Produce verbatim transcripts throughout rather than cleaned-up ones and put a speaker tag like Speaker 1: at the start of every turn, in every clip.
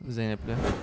Speaker 1: Zeynep'le.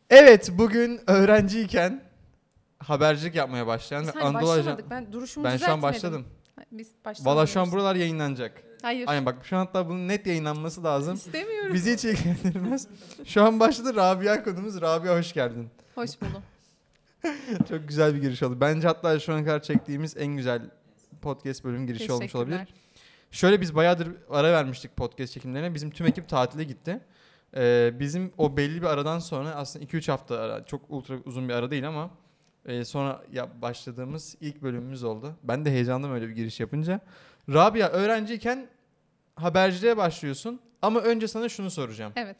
Speaker 1: Evet, bugün öğrenciyken habercilik yapmaya başlayan ve
Speaker 2: Biz hani
Speaker 1: Anadolu Ajan...
Speaker 2: başlamadık. Ben duruşumu
Speaker 1: Ben şu an
Speaker 2: düzeltmedim.
Speaker 1: başladım.
Speaker 2: Biz
Speaker 1: Valla şu an
Speaker 2: başlamıyoruz.
Speaker 1: buralar yayınlanacak.
Speaker 2: Hayır.
Speaker 1: Aynen bak şu an hatta bunun net yayınlanması lazım.
Speaker 2: İstemiyorum.
Speaker 1: Bizi hiç ilgilendirmez. Şu an başladı Rabia konumuz. Rabia hoş geldin.
Speaker 2: Hoş buldum.
Speaker 1: Çok güzel bir giriş oldu. Bence hatta şu ana kadar çektiğimiz en güzel podcast bölüm girişi olmuş olabilir. Şöyle biz bayağıdır ara vermiştik podcast çekimlerine. Bizim tüm ekip tatile gitti. Ee, bizim o belli bir aradan sonra aslında iki üç hafta ara, çok ultra uzun bir ara değil ama e, sonra ya başladığımız ilk bölümümüz oldu. Ben de heyecanlıyım öyle bir giriş yapınca. Rabia, öğrenciyken haberciliğe başlıyorsun ama önce sana şunu soracağım.
Speaker 2: Evet.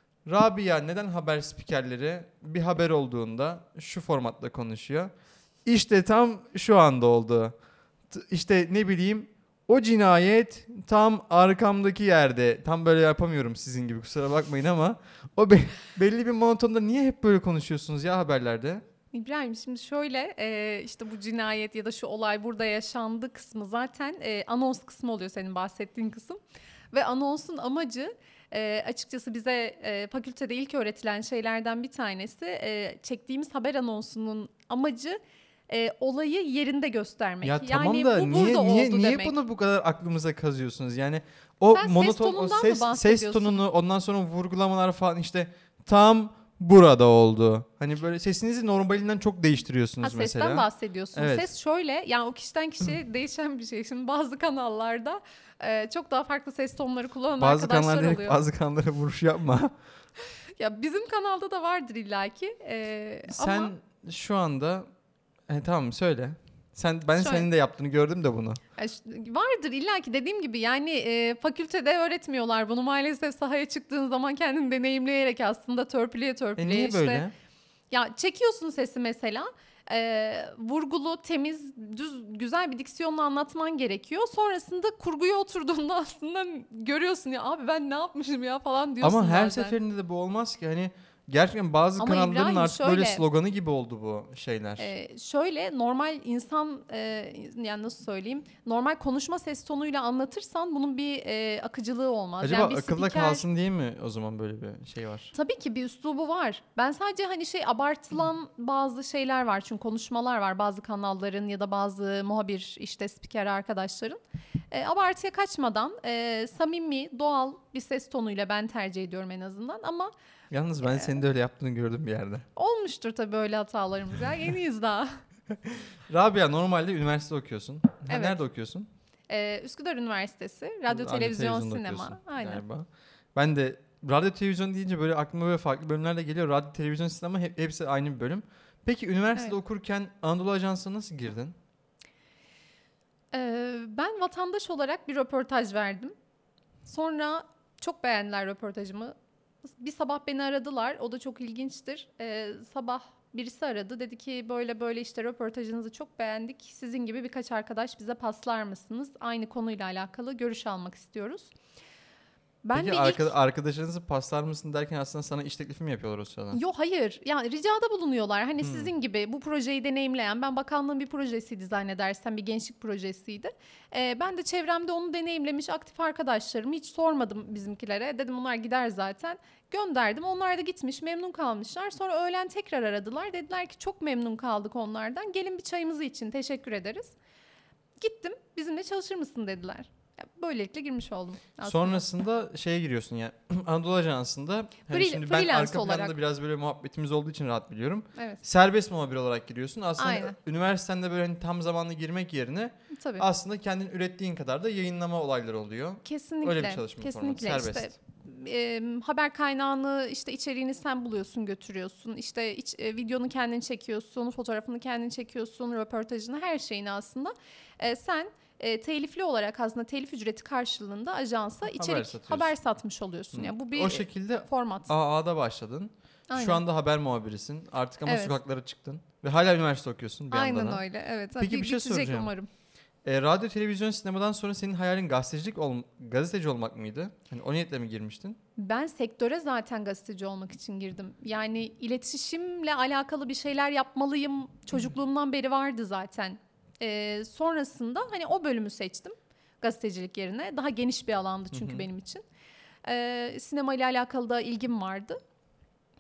Speaker 1: Rabia neden haber spikerleri bir haber olduğunda şu formatla konuşuyor? İşte tam şu anda oldu. T- İşte ne bileyim o cinayet tam arkamdaki yerde. Tam böyle yapamıyorum sizin gibi, kusura bakmayın ama o be- belli bir monotonda niye hep böyle konuşuyorsunuz ya haberlerde?
Speaker 2: İbrahim, şimdi şöyle e, işte bu cinayet ya da şu olay burada yaşandı kısmı zaten e, anons kısmı oluyor, senin bahsettiğin kısım. Ve anonsun amacı e, açıkçası bize e, fakültede ilk öğretilen şeylerden bir tanesi. E, çektiğimiz haber anonsunun amacı e, olayı yerinde göstermek.
Speaker 1: Ya
Speaker 2: yani
Speaker 1: tamam da
Speaker 2: bu
Speaker 1: niye
Speaker 2: burada
Speaker 1: niye
Speaker 2: oldu
Speaker 1: niye
Speaker 2: demek.
Speaker 1: bunu bu kadar aklımıza kazıyorsunuz? Yani o
Speaker 2: Sen ses
Speaker 1: monoton o
Speaker 2: tonundan mı
Speaker 1: ses ses
Speaker 2: bahsediyorsun?
Speaker 1: tonunu, ondan sonra vurgulamalar falan, işte tam burada oldu. Hani böyle sesinizi normalinden çok değiştiriyorsunuz
Speaker 2: Ha,
Speaker 1: mesela.
Speaker 2: sesten bahsediyorsun.
Speaker 1: Evet.
Speaker 2: Ses şöyle, yani o kişiden kişiye değişen bir şey. Şimdi bazı kanallarda e, çok daha farklı ses tonları kullanan
Speaker 1: Bazı
Speaker 2: arkadaşlar
Speaker 1: kanallara
Speaker 2: oluyor.
Speaker 1: bazı kanallara vuruş yapma.
Speaker 2: Ya bizim kanalda da vardır illaki. E,
Speaker 1: Sen
Speaker 2: ama
Speaker 1: şu anda e, tamam söyle. Sen ben
Speaker 2: Şöyle.
Speaker 1: senin de yaptığını gördüm de bunu.
Speaker 2: e, ş- vardır illaki, dediğim gibi yani e, fakültede öğretmiyorlar bunu. Maalesef sahaya çıktığın zaman kendini deneyimleyerek aslında törpüleye
Speaker 1: E
Speaker 2: törpüleye
Speaker 1: niye
Speaker 2: işte.
Speaker 1: böyle?
Speaker 2: Ya çekiyorsun sesi mesela, e, vurgulu, temiz, düz, güzel bir diksiyonla anlatman gerekiyor. Sonrasında kurguya oturduğunda aslında görüyorsun ya, abi ben ne yapmışım ya falan diyorsun
Speaker 1: Ama her
Speaker 2: bazen.
Speaker 1: seferinde de bu olmaz ki. Hani gerçekten bazı
Speaker 2: Ama
Speaker 1: kanalların
Speaker 2: İbrahim
Speaker 1: artık
Speaker 2: şöyle,
Speaker 1: böyle sloganı gibi oldu bu şeyler.
Speaker 2: e, şöyle normal insan, e, yani nasıl söyleyeyim, normal konuşma ses tonuyla anlatırsan bunun bir e, akıcılığı olmaz.
Speaker 1: Acaba
Speaker 2: Yani bir
Speaker 1: akılda
Speaker 2: spiker,
Speaker 1: kalsın diye mi o zaman böyle bir şey var?
Speaker 2: tabii ki bir üslubu var. Ben sadece hani şey, abartılan bazı şeyler var. Çünkü konuşmalar var bazı kanalların ya da bazı muhabir, işte spiker arkadaşların. E, abartıya kaçmadan e, samimi, doğal bir ses tonuyla ben tercih ediyorum en azından. Ama
Speaker 1: Yalnız ben
Speaker 2: e,
Speaker 1: senin de öyle yaptığını gördüm bir yerde.
Speaker 2: olmuştur tabii öyle hatalarımız ya. Yeniyiz daha.
Speaker 1: Rabia, normalde üniversite okuyorsun. Ha,
Speaker 2: Evet.
Speaker 1: nerede okuyorsun?
Speaker 2: E, Üsküdar Üniversitesi, radyo,
Speaker 1: Radyo,
Speaker 2: televizyon,
Speaker 1: televizyonda
Speaker 2: sinema.
Speaker 1: okuyorsun
Speaker 2: Aynen.
Speaker 1: galiba. Ben de radyo televizyon deyince böyle aklıma böyle farklı bölümler de geliyor. Radyo, televizyon, sinema hep, hepsi aynı bir bölüm. Peki üniversitede
Speaker 2: Evet.
Speaker 1: okurken Anadolu Ajansı'na nasıl girdin?
Speaker 2: E, ben vatandaş olarak bir röportaj verdim. Sonra çok beğendiler röportajımı. Bir sabah beni aradılar. O da çok ilginçtir. Ee, sabah birisi aradı. Dedi ki böyle böyle işte röportajınızı çok beğendik. Sizin gibi birkaç arkadaş bize paslar mısınız? Aynı konuyla alakalı görüş almak istiyoruz. Ben
Speaker 1: Peki
Speaker 2: de
Speaker 1: arka,
Speaker 2: ilk...
Speaker 1: arkadaşlarınızı paslar mısın derken aslında sana iş teklifi mi yapıyorlar o sırada?
Speaker 2: Yo, hayır. Yani ricada bulunuyorlar. Hani
Speaker 1: Hmm.
Speaker 2: sizin gibi bu projeyi deneyimleyen, ben bakanlığın bir projesiydi zannedersem, bir gençlik projesiydi. Ee, ben de çevremde onu deneyimlemiş aktif arkadaşlarımı hiç sormadım bizimkilere. Dedim bunlar gider zaten. Gönderdim. Onlar da gitmiş, memnun kalmışlar. Sonra öğlen tekrar aradılar. Dediler ki çok memnun kaldık onlardan. Gelin bir çayımızı için, teşekkür ederiz. Gittim. Bizimle çalışır mısın dediler. Ya, böylelikle girmiş oldum aslında.
Speaker 1: Sonrasında şeye giriyorsun yani Anadolu Ajansı'nda. Hani
Speaker 2: Free-
Speaker 1: şimdi ben
Speaker 2: freelance
Speaker 1: arka planda
Speaker 2: olarak.
Speaker 1: biraz böyle muhabbetimiz olduğu için rahat biliyorum.
Speaker 2: Evet.
Speaker 1: Serbest muhabir olarak giriyorsun. Aslında
Speaker 2: Aynen.
Speaker 1: üniversitede böyle hani tam zamanlı girmek yerine
Speaker 2: Tabii.
Speaker 1: aslında kendin ürettiğin kadar da yayınlama olayları oluyor.
Speaker 2: Kesinlikle.
Speaker 1: Öyle bir çalışma
Speaker 2: Kesinlikle.
Speaker 1: formatı. Serbest.
Speaker 2: İşte e, haber kaynağını, işte içeriğini sen buluyorsun, götürüyorsun. İşte iç, e, videonu kendin çekiyorsun, fotoğrafını kendin çekiyorsun, röportajını, her şeyini aslında e, sen e, telifli olarak, aslında telif ücreti karşılığında ajansa içerik
Speaker 1: satıyorsun.
Speaker 2: haber satmış oluyorsun.
Speaker 1: Hı.
Speaker 2: Yani bu bir
Speaker 1: O şekilde
Speaker 2: format.
Speaker 1: A A'da başladın.
Speaker 2: Aynen.
Speaker 1: Şu anda haber muhabirisin. Artık ama
Speaker 2: Evet.
Speaker 1: sokaklara çıktın. Ve hala üniversite okuyorsun bir yandan.
Speaker 2: Aynen
Speaker 1: ha.
Speaker 2: öyle. Evet.
Speaker 1: Peki
Speaker 2: bir,
Speaker 1: bir şey
Speaker 2: bitecek
Speaker 1: soracağım.
Speaker 2: umarım.
Speaker 1: E, radyo, televizyon, sinemadan sonra senin hayalin gazetecilik ol, gazeteci olmak mıydı? Hani o niyetle mi girmiştin?
Speaker 2: Ben sektöre zaten gazeteci olmak için girdim. Yani iletişimle alakalı bir şeyler yapmalıyım. Çocukluğumdan beri vardı zaten. Ee, sonrasında hani o bölümü seçtim gazetecilik yerine. Daha geniş bir alandı çünkü
Speaker 1: Hı hı.
Speaker 2: benim için. Ee, sinema ile alakalı da ilgim vardı.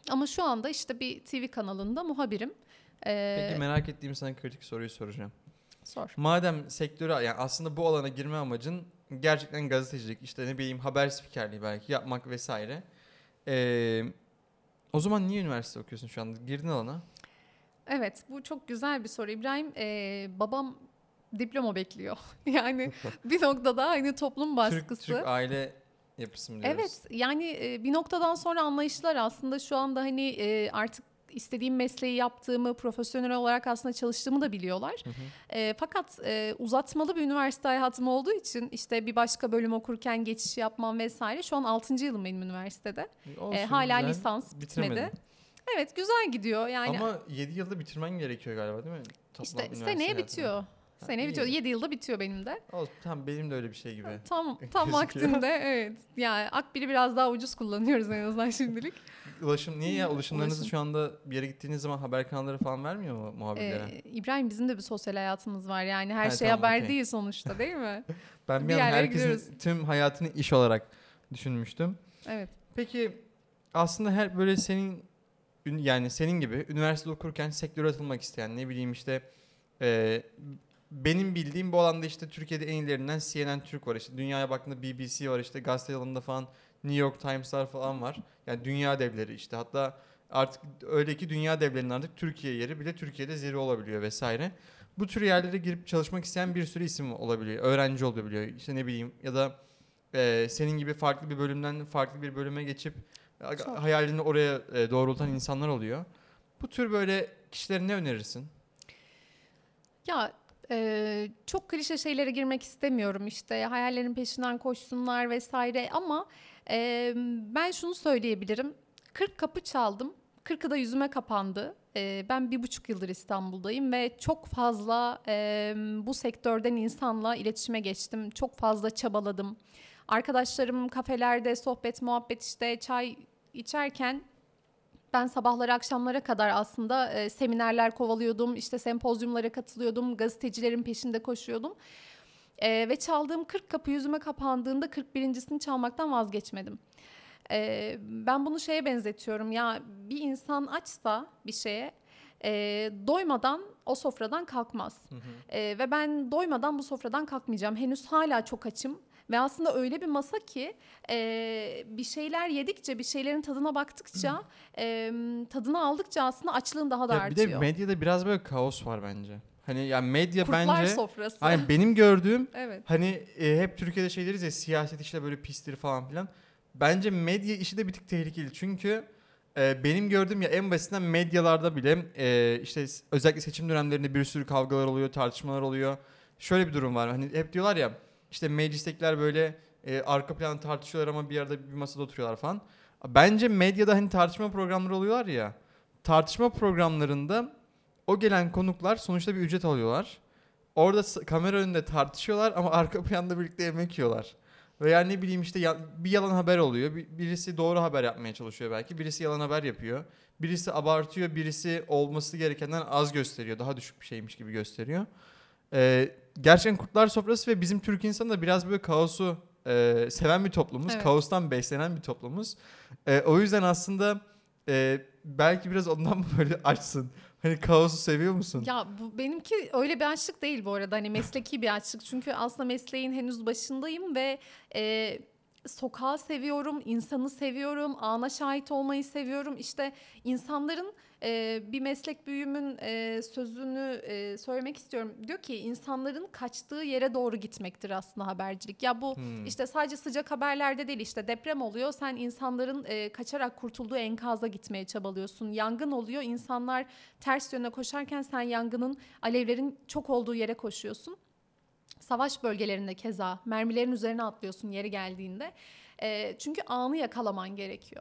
Speaker 2: Ama şu anda işte bir T V kanalında muhabirim. Ee,
Speaker 1: Peki merak ettiğim sana kritik soruyu soracağım.
Speaker 2: Sor.
Speaker 1: Madem sektöre yani aslında bu alana girme amacın gerçekten gazetecilik, işte ne bileyim haber spikerliği belki yapmak vesaire. Ee, o zaman niye üniversite okuyorsun şu anda? Girdin alana.
Speaker 2: Evet, bu çok güzel bir soru İbrahim. Ee, babam diploma bekliyor. Yani bir noktada aynı toplum baskısı.
Speaker 1: Türk, Türk aile yapısı mı diyoruz?
Speaker 2: Evet, yani e, bir noktadan sonra anlayışlar aslında şu anda hani e, artık istediğim mesleği yaptığımı, profesyonel olarak aslında çalıştığımı da biliyorlar.
Speaker 1: Hı hı.
Speaker 2: E, fakat e, uzatmalı bir üniversite hayatım olduğu için işte bir başka bölüm okurken geçiş yapmam vesaire. Şu an altıncı yılım benim üniversitede.
Speaker 1: Olsun,
Speaker 2: E, hala
Speaker 1: güzel.
Speaker 2: lisans bitmedi.
Speaker 1: Bitiremedin.
Speaker 2: Evet, güzel gidiyor yani.
Speaker 1: Ama yedi yılda bitirmen gerekiyor galiba değil mi? Toplam
Speaker 2: İşte
Speaker 1: üniversite
Speaker 2: seneye
Speaker 1: hayatını.
Speaker 2: bitiyor.
Speaker 1: Ha,
Speaker 2: Seneye
Speaker 1: iyi.
Speaker 2: bitiyor. yedi yılda bitiyor benim de.
Speaker 1: Olsun, tamam, benim de öyle bir şey gibi.
Speaker 2: Tam tam
Speaker 1: Gözüküyor.
Speaker 2: vaktinde, evet. Yani Akbil'i biraz daha ucuz kullanıyoruz en azından şimdilik.
Speaker 1: Ulaşım niye ya? Ulaşımlarınızı
Speaker 2: Ulaşım.
Speaker 1: şu anda bir yere gittiğiniz zaman haber kanalları falan vermiyor mu muhabirlere?
Speaker 2: Ee, İbrahim, bizim de bir sosyal hayatımız var. Yani her
Speaker 1: Ha,
Speaker 2: şey
Speaker 1: tamam,
Speaker 2: haber
Speaker 1: okey.
Speaker 2: değil sonuçta, değil mi?
Speaker 1: Ben bir
Speaker 2: bir
Speaker 1: an
Speaker 2: yerlere
Speaker 1: herkesin
Speaker 2: gidiyoruz.
Speaker 1: tüm hayatını iş olarak düşünmüştüm.
Speaker 2: Evet.
Speaker 1: Peki aslında her böyle senin ün- yani senin gibi üniversite okurken sektöre atılmak isteyen, ne bileyim işte e, benim bildiğim bu alanda işte Türkiye'de en iyilerinden C N N Türk var, işte dünyaya baktığında B B C var, işte gazete alanında falan New York Times'lar falan var. Yani dünya devleri işte, hatta artık öyle ki dünya devlerinin artık Türkiye yeri bile Türkiye'de zirve olabiliyor vesaire. Bu tür yerlere girip çalışmak isteyen bir sürü isim olabiliyor. Öğrenci olabiliyor. İşte ne bileyim, ya da e, senin gibi farklı bir bölümden farklı bir bölüme geçip
Speaker 2: Çok.
Speaker 1: hayalini oraya e, doğrultan insanlar oluyor. Bu tür böyle kişilere ne önerirsin?
Speaker 2: Ya e, çok klişe şeylere girmek istemiyorum, işte hayallerin peşinden koşsunlar vesaire, ama e, ben şunu söyleyebilirim. kırk kapı çaldım. kırkı da yüzüme kapandı. E, ben bir buçuk yıldır İstanbul'dayım ve çok fazla e, bu sektörden insanla iletişime geçtim. Çok fazla çabaladım. Arkadaşlarım kafelerde sohbet, muhabbet, işte çay içerken ben sabahları akşamlara kadar aslında e, seminerler kovalıyordum, işte sempozyumlara katılıyordum, gazetecilerin peşinde koşuyordum. E, ve çaldığım kırk kapı yüzüme kapandığında kırk birincisini çalmaktan vazgeçmedim. E, ben bunu şeye benzetiyorum, ya bir insan açsa bir şeye e, doymadan o sofradan kalkmaz.
Speaker 1: Hı hı.
Speaker 2: E, ve ben doymadan bu sofradan kalkmayacağım. Henüz hala çok açım. Ve aslında öyle bir masa ki e, bir şeyler yedikçe, bir şeylerin tadına baktıkça, e, tadını aldıkça aslında açlığın daha da
Speaker 1: Ya bir de
Speaker 2: artıyor.
Speaker 1: medyada biraz böyle kaos var bence. Hani yani medya
Speaker 2: Kurtlar
Speaker 1: bence
Speaker 2: sofrası.
Speaker 1: hani benim gördüğüm
Speaker 2: Evet.
Speaker 1: hani e, hep Türkiye'de şey deriz ya, siyaset işte böyle pistir falan filan. Bence medya işi de bir tık tehlikeli. Çünkü e, benim gördüğüm ya en basitinden medyalarda bile e, işte s- özellikle seçim dönemlerinde bir sürü kavgalar oluyor, tartışmalar oluyor. Şöyle bir durum var. Hani hep diyorlar ya, işte meclistekiler böyle e, arka planda tartışıyorlar ama bir arada bir masada oturuyorlar falan. Bence medyada hani tartışma programları oluyorlar ya. Tartışma programlarında o gelen konuklar sonuçta bir ücret alıyorlar. Orada s- kamera önünde tartışıyorlar ama arka planda birlikte yemek yiyorlar. Veya ne bileyim işte ya- bir yalan haber oluyor. Bir- Birisi doğru haber yapmaya çalışıyor belki. Birisi yalan haber yapıyor. Birisi abartıyor. Birisi olması gerekenden az gösteriyor. Daha düşük bir şeymiş gibi gösteriyor. Ee, gerçekten kurtlar sofrası ve bizim Türk insanı da biraz böyle kaosu e, seven bir toplumuz.
Speaker 2: Evet.
Speaker 1: Kaostan beslenen bir toplumuz. Ee, o yüzden aslında e, belki biraz ondan mı böyle açsın? Hani kaosu seviyor musun?
Speaker 2: Ya bu benimki öyle bir açlık değil bu arada, hani mesleki bir açlık, çünkü aslında mesleğin henüz başındayım ve e, sokağı seviyorum, insanı seviyorum, ana şahit olmayı seviyorum. İşte insanların e, bir meslek büyüğümün e, sözünü e, söylemek istiyorum. Diyor ki insanların kaçtığı yere doğru gitmektir aslında habercilik. Ya bu
Speaker 1: Hmm.
Speaker 2: işte sadece sıcak haberlerde değil, işte deprem oluyor, sen insanların e, kaçarak kurtulduğu enkaza gitmeye çabalıyorsun. Yangın oluyor, insanlar ters yöne koşarken sen yangının, alevlerin çok olduğu yere koşuyorsun. Savaş bölgelerinde keza mermilerin üzerine atlıyorsun yeri geldiğinde. E, çünkü anı yakalaman gerekiyor.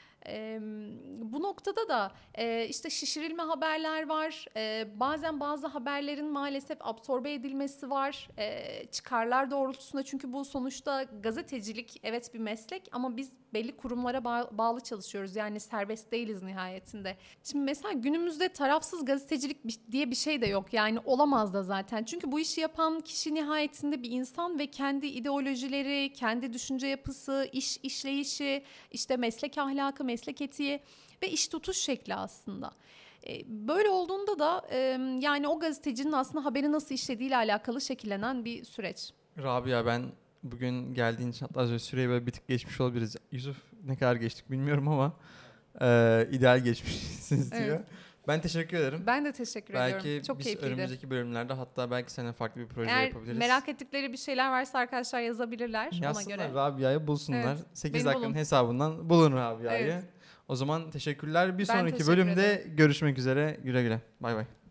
Speaker 2: E, bu noktada da e, işte şişirilme haberler var. E, bazen bazı haberlerin maalesef absorbe edilmesi var. E, çıkarlar doğrultusunda, çünkü bu sonuçta gazetecilik evet bir meslek ama biz belli kurumlara ba- bağlı çalışıyoruz. Yani serbest değiliz nihayetinde. Şimdi mesela günümüzde tarafsız gazetecilik bi- diye bir şey de yok. Yani olamaz da zaten. Çünkü bu işi yapan kişi nihayetinde bir insan ve kendi ideolojileri, kendi düşünce yapısı, iş işleyişi, işte meslek ahlakı, meslek etiği ve iş tutuş şekli aslında. Böyle olduğunda da yani o gazetecinin aslında haberi nasıl işlediğiyle alakalı şekillenen bir süreç.
Speaker 1: Rabia, ben bugün geldiğin için hatta süreyi böyle bir tık geçmiş olabiliriz. Yusuf, ne kadar geçtik bilmiyorum ama e, ideal geçmişsiniz diyor. Evet. Ben teşekkür ederim.
Speaker 2: Ben de teşekkür
Speaker 1: belki
Speaker 2: ediyorum. Çok
Speaker 1: biz
Speaker 2: keyifliydi.
Speaker 1: Önümüzdeki bölümlerde hatta belki seninle farklı bir proje
Speaker 2: Eğer
Speaker 1: yapabiliriz.
Speaker 2: merak ettikleri bir şeyler varsa arkadaşlar yazabilirler.
Speaker 1: Yazsınlar,
Speaker 2: ona göre.
Speaker 1: Rabia'yı bulsunlar.
Speaker 2: Evet,
Speaker 1: sekiz dakikanın bulun. hesabından bulun Rabia'yı. Evet. O zaman teşekkürler. Bir ben sonraki bölümde ederim. Görüşmek üzere. Güle güle. Bay bay.